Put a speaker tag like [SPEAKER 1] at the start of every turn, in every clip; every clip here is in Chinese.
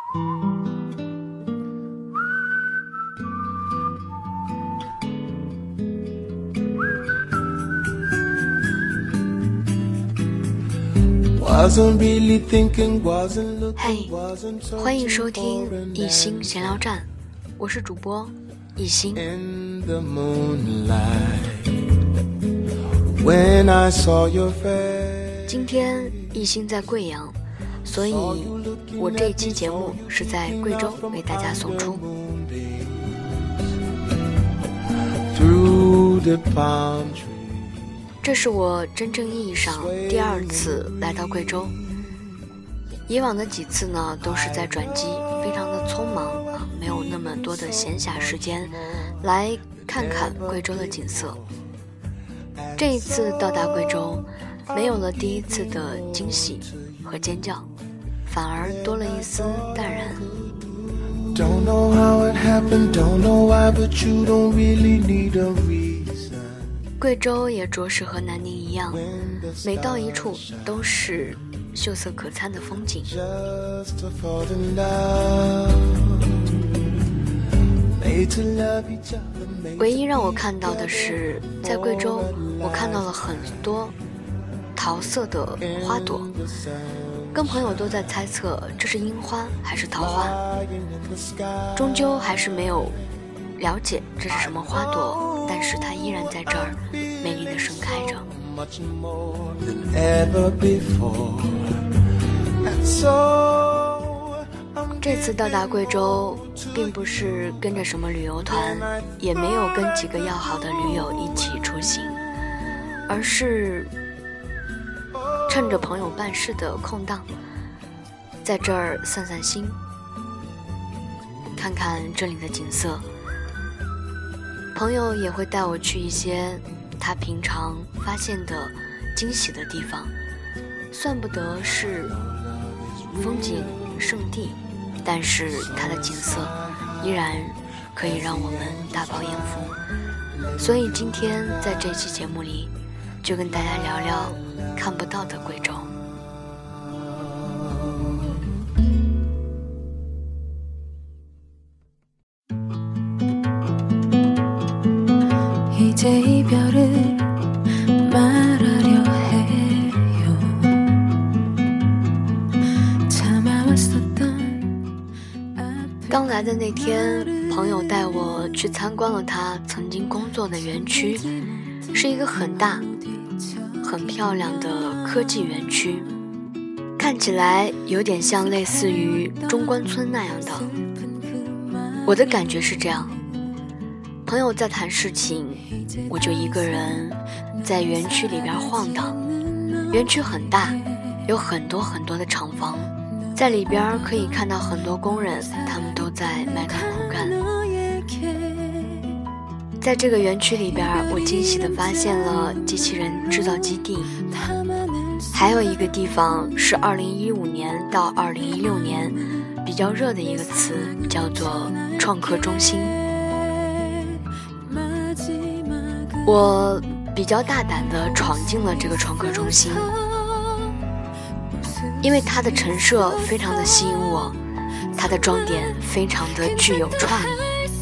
[SPEAKER 1] 嘿，欢迎收听一心闲聊站，我是主播一心。今天一心在贵阳，所以我这一期节目是在贵州为大家送出。这是我真正意义上第二次来到贵州，以往的几次呢都是在转机，非常的匆忙啊，没有那么多的闲暇时间来看看贵州的景色。这一次到达贵州，没有了第一次的惊喜和尖叫，反而多了一丝淡然。贵州也着实和南宁一样，每到一处都是秀色可餐的风景。唯一让我看到的是，在贵州我看到了很多桃色的花朵，跟朋友都在猜测这是樱花还是桃花，终究还是没有了解这是什么花朵，但是它依然在这儿美丽的盛开着。这次到达贵州并不是跟着什么旅游团，也没有跟几个要好的驴友一起出行，而是趁着朋友办事的空档，在这儿散散心，看看这里的景色。朋友也会带我去一些他平常发现的惊喜的地方，算不得是风景胜地，但是它的景色依然可以让我们大饱眼福。所以今天在这期节目里，就跟大家聊聊看不到的贵州。刚来的那天，朋友带我去参观了他曾经工作的园区，是一个很大很漂亮的科技园区，看起来有点像类似于中关村那样的。我的感觉是这样，朋友在谈事情，我就一个人在园区里边晃荡。园区很大，有很多很多的厂房，在里边可以看到很多工人，他们都在埋头苦干。在这个园区里边，我惊喜地发现了机器人制造基地，还有一个地方是2015年到2016年比较热的一个词，叫做创客中心。我比较大胆地闯进了这个创客中心，因为它的陈设非常的吸引我，它的装点非常的具有创意。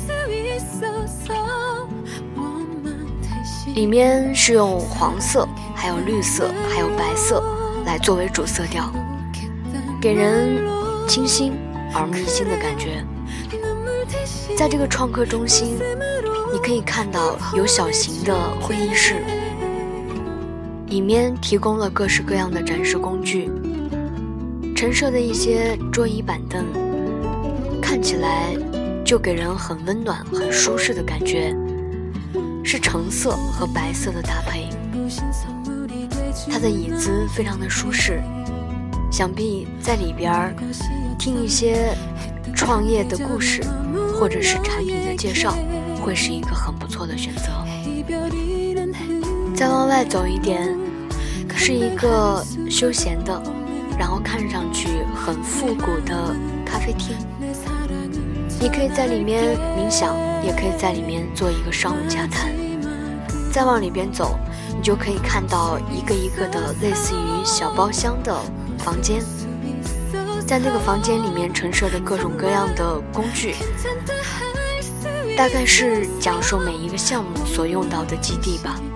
[SPEAKER 1] 里面是用黄色还有绿色还有白色来作为主色调，给人清新而密心的感觉。在这个创客中心，你可以看到有小型的会议室，里面提供了各式各样的展示工具，陈设的一些桌椅板凳，看起来就给人很温暖很舒适的感觉，是橙色和白色的搭配。它的椅子非常的舒适，想必在里边听一些创业的故事或者是产品的介绍，会是一个很不错的选择。再往外走一点，是一个休闲的，然后看上去很复古的咖啡厅，你可以在里面冥想，也可以在里面做一个商务洽谈。再往里边走，你就可以看到一个一个的类似于小包厢的房间， 在那个房间里面陈设的各种各样的工具，大概是讲述每一个项目所用到的基地吧。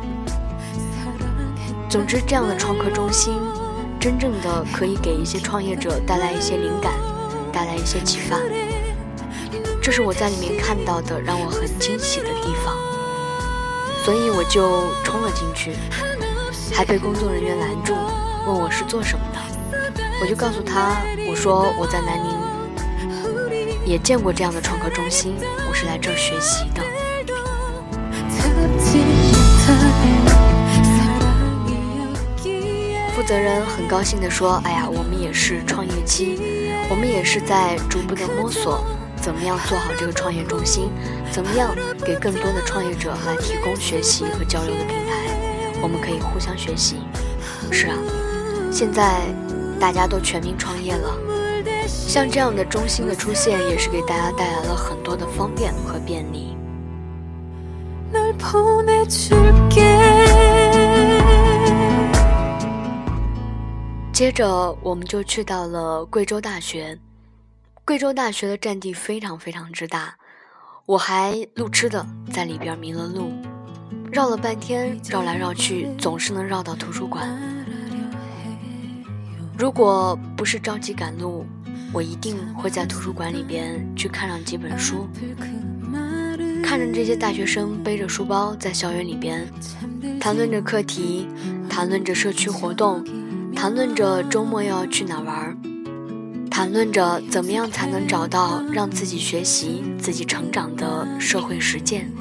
[SPEAKER 1] 总之，这样的创客中心真正的可以给一些创业者带来一些灵感，带来一些启发，这是我在里面看到的让我很惊喜的地方，所以我就冲了进去，还被工作人员拦住，问我是做什么的。我就告诉他，我说我在南宁也见过这样的创客中心，我是来这儿学习的。负责人很高兴地说，哎呀，我们也是创业期，我们也是在逐步的摸索怎么样做好这个创业中心，怎么样给更多的创业者来提供学习和交流的平台，我们可以互相学习。是啊，现在大家都全民创业了，像这样的中心的出现也是给大家带来了很多的方便和便利。接着我们就去到了贵州大学。贵州大学的占地非常非常之大，我还路痴的在里边迷了路，绕了半天，绕来绕去总是能绕到图书馆。如果不是着急赶路，我一定会在图书馆里边去看上几本书，看着这些大学生背着书包在校园里边谈论着课题，谈论着社区活动，谈论着周末要去哪玩，谈论着怎么样才能找到让自己学习、自己成长的社会实践。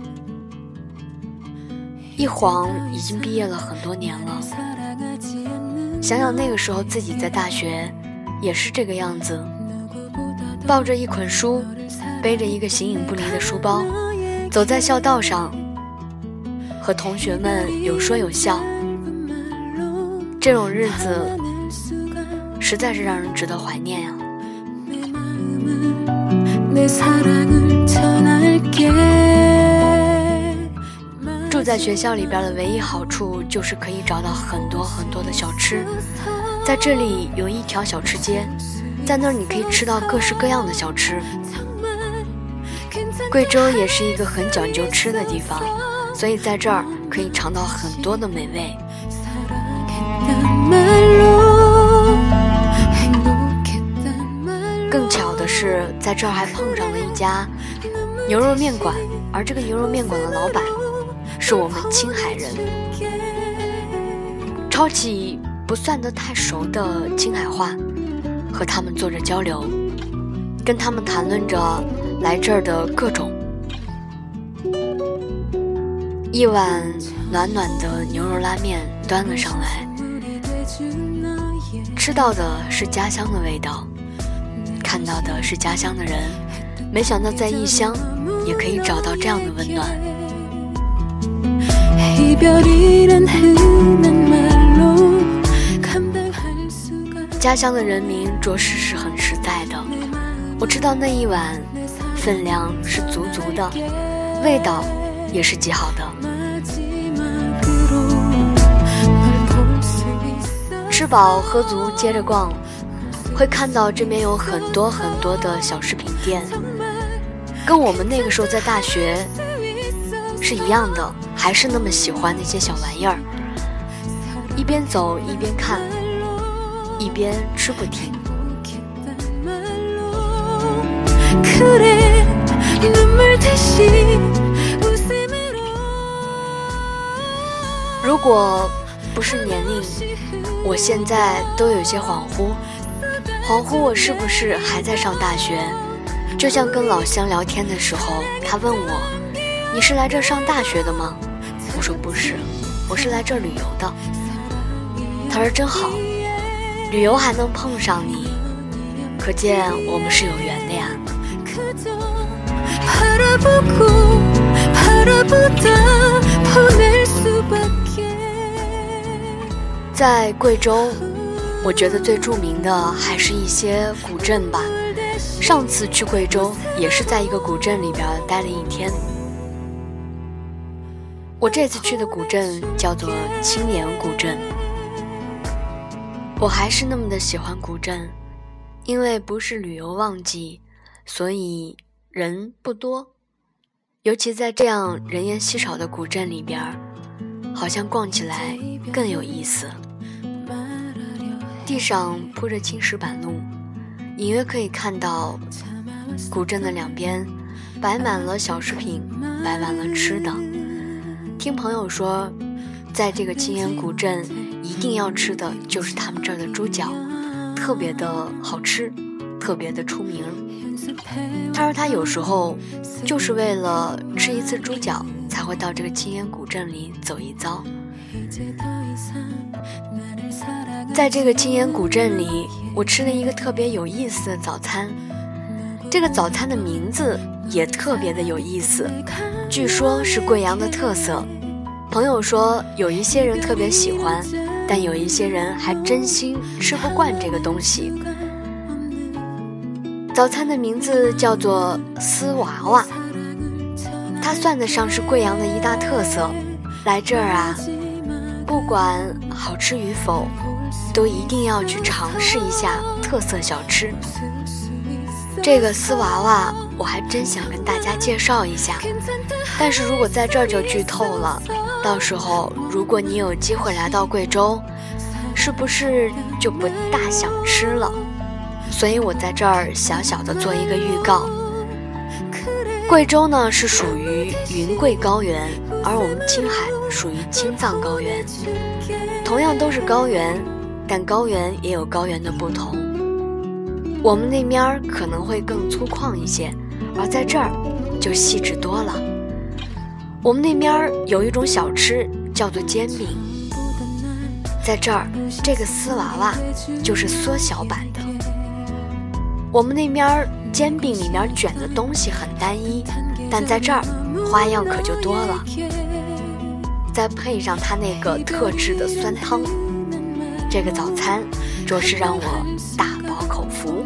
[SPEAKER 1] 一晃已经毕业了很多年了，想想那个时候自己在大学也是这个样子，抱着一捆书，背着一个形影不离的书包，走在校道上，和同学们有说有笑。这种日子实在是让人值得怀念呀。住在学校里边的唯一好处就是可以找到很多很多的小吃，在这里有一条小吃街，在那儿你可以吃到各式各样的小吃。贵州也是一个很讲究吃的地方，所以在这儿可以尝到很多的美味。更巧的是，在这儿还碰上了一家牛肉面馆，而这个牛肉面馆的老板是我们青海人。抄起不算得太熟的青海话，和他们做着交流，跟他们谈论着来这儿的各种。一碗暖暖的牛肉拉面端了上来，吃到的是家乡的味道，看到的是家乡的人，没想到在异乡也可以找到这样的温暖。家乡的人民着实是很实在的，我知道那一碗分量是足足的，味道也是极好的。吃饱喝足接着逛，会看到这边有很多很多的小饰品店，跟我们那个时候在大学是一样的，还是那么喜欢那些小玩意儿，一边走一边看，一边吃不停。如果不是年龄，我现在都有些恍惚我是不是还在上大学。就像跟老乡聊天的时候，他问我，你是来这儿上大学的吗？我说不是，我是来这儿旅游的。他说真好，旅游还能碰上你，可见我们是有缘的呀。在贵州，我觉得最著名的还是一些古镇吧。上次去贵州也是在一个古镇里边待了一天。我这次去的古镇叫做青年古镇。我还是那么的喜欢古镇， 因为不是旅游旺季，所以人不多，尤其在这样人烟稀少的古镇里边，好像逛起来更有意思。地上铺着青石板路，隐约可以看到古镇的两边摆满了小食品，摆满了吃的。听朋友说，在这个青岩古镇一定要吃的就是他们这儿的猪脚，特别的好吃，特别的出名。他说他有时候就是为了吃一次猪脚才会到这个青岩古镇里走一遭。在这个青岩古镇里，我吃了一个特别有意思的早餐。这个早餐的名字也特别的有意思，据说是贵阳的特色。朋友说有一些人特别喜欢，但有一些人还真心吃不惯这个东西。早餐的名字叫做丝娃娃，它算得上是贵阳的一大特色。来这儿啊，不管好吃与否，都一定要去尝试一下特色小吃。这个丝娃娃我还真想跟大家介绍一下，但是如果在这儿就剧透了，到时候如果你有机会来到贵州，是不是就不大想吃了？所以我在这儿小小的做一个预告。贵州呢是属于云贵高原，而我们青海属于青藏高原。同样都是高原，但高原也有高原的不同。我们那面可能会更粗犷一些，而在这儿就细致多了。我们那面有一种小吃叫做煎饼，在这儿这个丝娃娃就是缩小版的。我们那面煎饼里面卷的东西很单一，但在这儿花样可就多了。再配上它那个特制的酸汤，这个早餐着实让我大饱口福。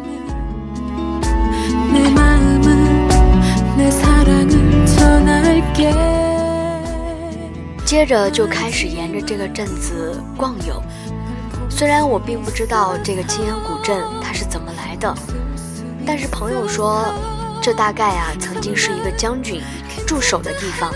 [SPEAKER 1] 接着就开始沿着这个镇子逛游。虽然我并不知道这个青岩古镇它是怎么来的，但是朋友说这大概曾经是一个将军驻守的地方。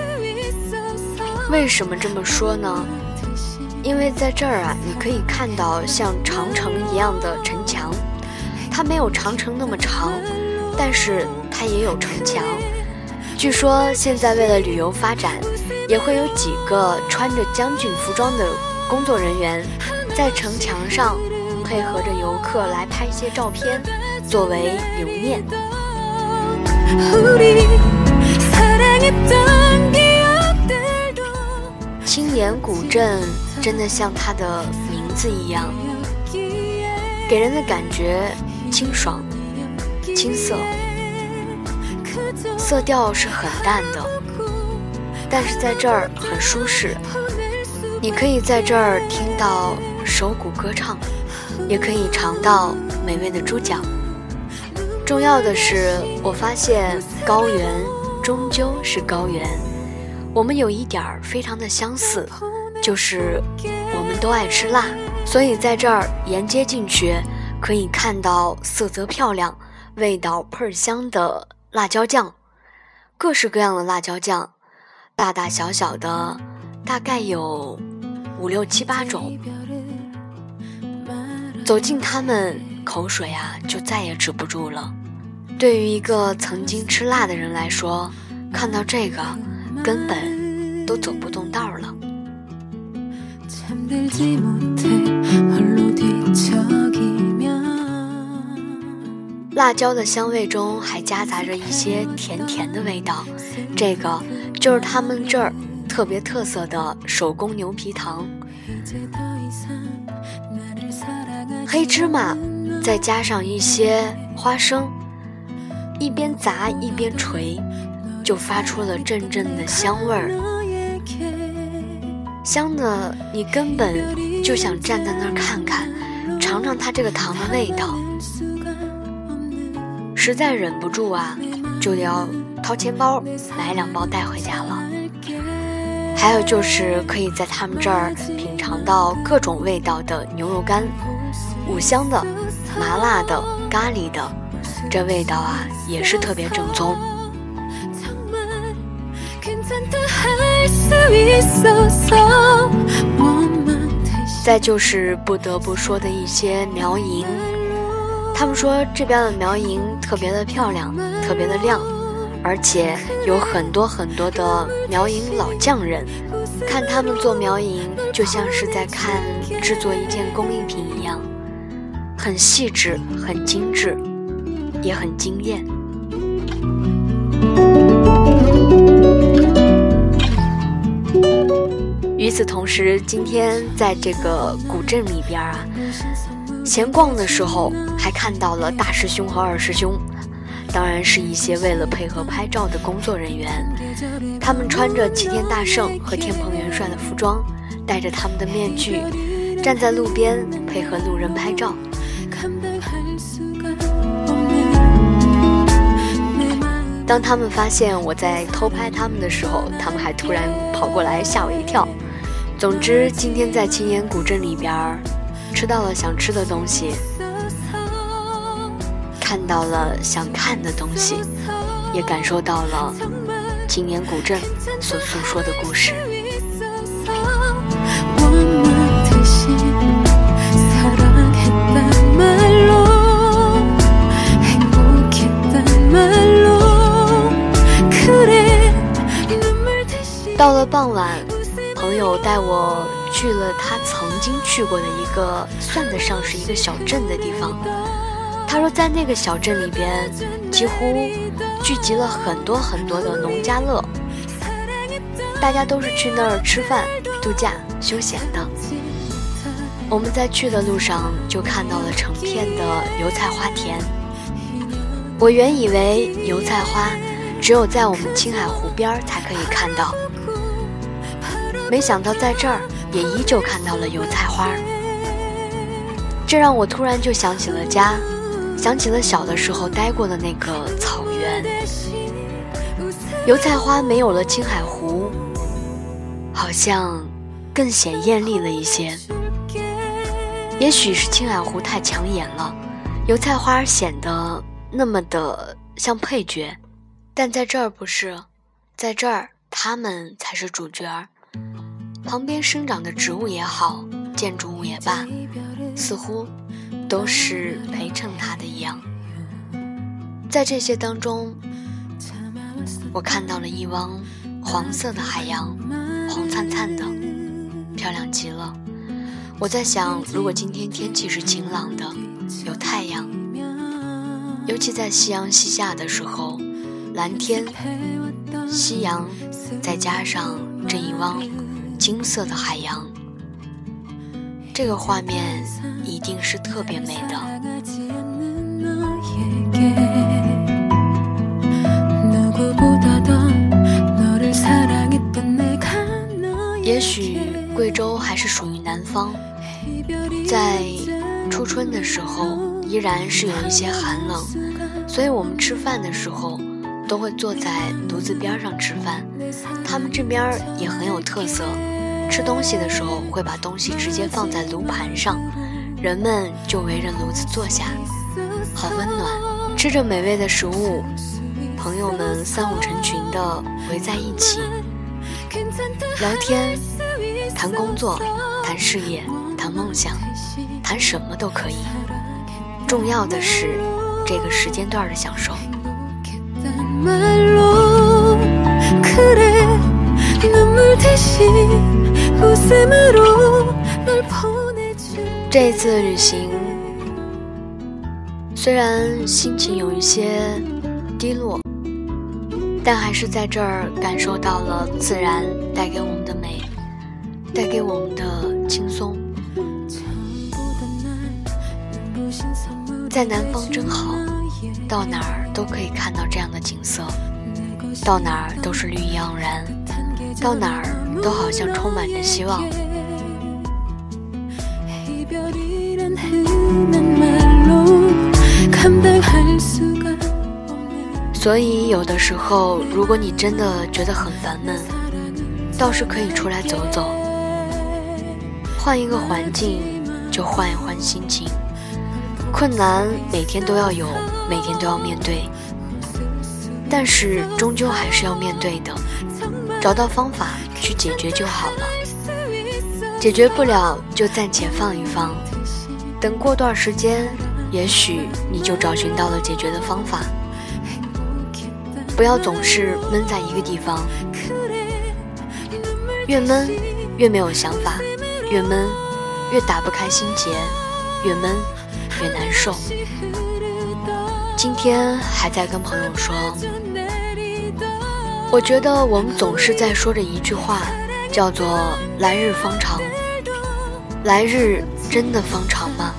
[SPEAKER 1] 为什么这么说呢？因为在这儿你可以看到像长城一样的城墙，它没有长城那么长，但是它也有城墙。据说现在为了旅游发展，也会有几个穿着将军服装的工作人员在城墙上配合着游客来拍一些照片作为留念。青岩古镇真的像它的名字一样，给人的感觉清爽青涩，色调是很淡的，但是在这儿很舒适。你可以在这儿听到手鼓歌唱，也可以尝到美味的猪脚。重要的是，我发现高原终究是高原，我们有一点非常的相似，就是我们都爱吃辣。所以在这儿沿街进去，可以看到色泽漂亮、味道倍儿香的辣椒酱，各式各样的辣椒酱，大大小小的，大概有5、6、7、8种。走近它们，口水就再也止不住了。对于一个曾经吃辣的人来说，看到这个根本都走不动道了。辣椒的香味中还夹杂着一些甜甜的味道，这个就是他们这儿特别特色的手工牛皮糖。黑芝麻再加上一些花生，一边砸一边捶，就发出了阵阵的香味儿，香的你根本就想站在那儿看看，尝尝它这个糖的味道。实在忍不住就要掏钱包买2包带回家了。还有就是可以在他们这儿品尝到各种味道的牛肉干，五香的、 麻辣的、咖喱的，这味道啊也是特别正宗。再就是不得不说的一些苗银，他们说这边的苗银特别的漂亮，特别的亮，而且有很多很多的苗银老匠人，看他们做苗银就像是在看制作一件工艺品一样，很细致，很精致，也很惊艳。与此同时，今天在这个古镇里边啊，闲逛的时候还看到了大师兄和二师兄，当然是一些为了配合拍照的工作人员，他们穿着齐天大圣和天蓬元帅的服装，戴着他们的面具，站在路边配合路人拍照。当他们发现我在偷拍他们的时候，他们还突然跑过来吓我一跳。总之，今天在青岩古镇里边吃到了想吃的东西，看到了想看的东西，也感受到了青岩古镇所诉说的故事。到了傍晚，朋友带我去了他曾经去过的一个算得上是一个小镇的地方。他说在那个小镇里边几乎聚集了很多很多的农家乐，大家都是去那儿吃饭、度假、休闲的。我们在去的路上就看到了成片的油菜花田。我原以为油菜花只有在我们青海湖边才可以看到，没想到在这儿也依旧看到了油菜花，这让我突然就想起了家，想起了小的时候待过的那个草原。油菜花没有了青海湖，好像更显艳丽了一些。也许是青海湖太抢眼了，油菜花显得那么的像配角，但在这儿不是，在这儿他们才是主角。旁边生长的植物也好，建筑物也罢，似乎都是陪衬它的一样。在这些当中，我看到了一汪黄色的海洋，黄灿灿的，漂亮极了。我在想，如果今天天气是晴朗的，有太阳，尤其在夕阳西下的时候，蓝天、夕阳，再加上这一汪金色的海洋，这个画面一定是特别美的。也许贵州还是属于南方，在初春的时候依然是有一些寒冷，所以我们吃饭的时候都会坐在炉子边上吃饭。他们这边也很有特色，吃东西的时候会把东西直接放在炉盘上，人们就围着炉子坐下，好温暖。吃着美味的食物，朋友们三五成群的围在一起聊天，谈工作，谈事业，谈梦想，谈什么都可以，重要的是这个时间段的享受。这一次旅行虽然心情有一些低落，但还是在这儿感受到了自然带给我们的美，带给我们的轻松。在南方真好，到哪儿都可以看到这样的景色，到哪儿都是绿意盎然，到哪儿都好像充满着希望。所以有的时候，如果你真的觉得很烦闷，倒是可以出来走走，换一个环境就换一换心情。 困难每天都要有，每天都要面对，但是终究还是要面对的，找到方法去解决就好了。解决不了就暂且放一放，等过段时间，也许你就找寻到了解决的方法。不要总是闷在一个地方，越闷越没有想法，越闷越打不开心结，越闷越难受。今天还在跟朋友说，我觉得我们总是在说着一句话，叫做来日方长。来日真的方长吗？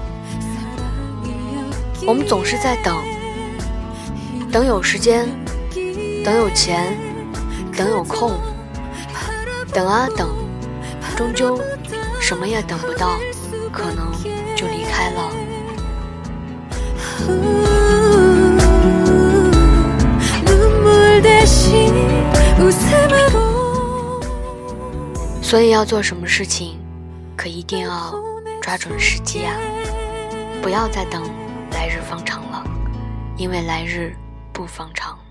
[SPEAKER 1] 我们总是在等，等有时间，等有钱，等有空，等啊等，终究什么也等不到，可能就离开了。所以要做什么事情，可一定要抓准时机啊！不要再等来日方长了，因为来日不方长。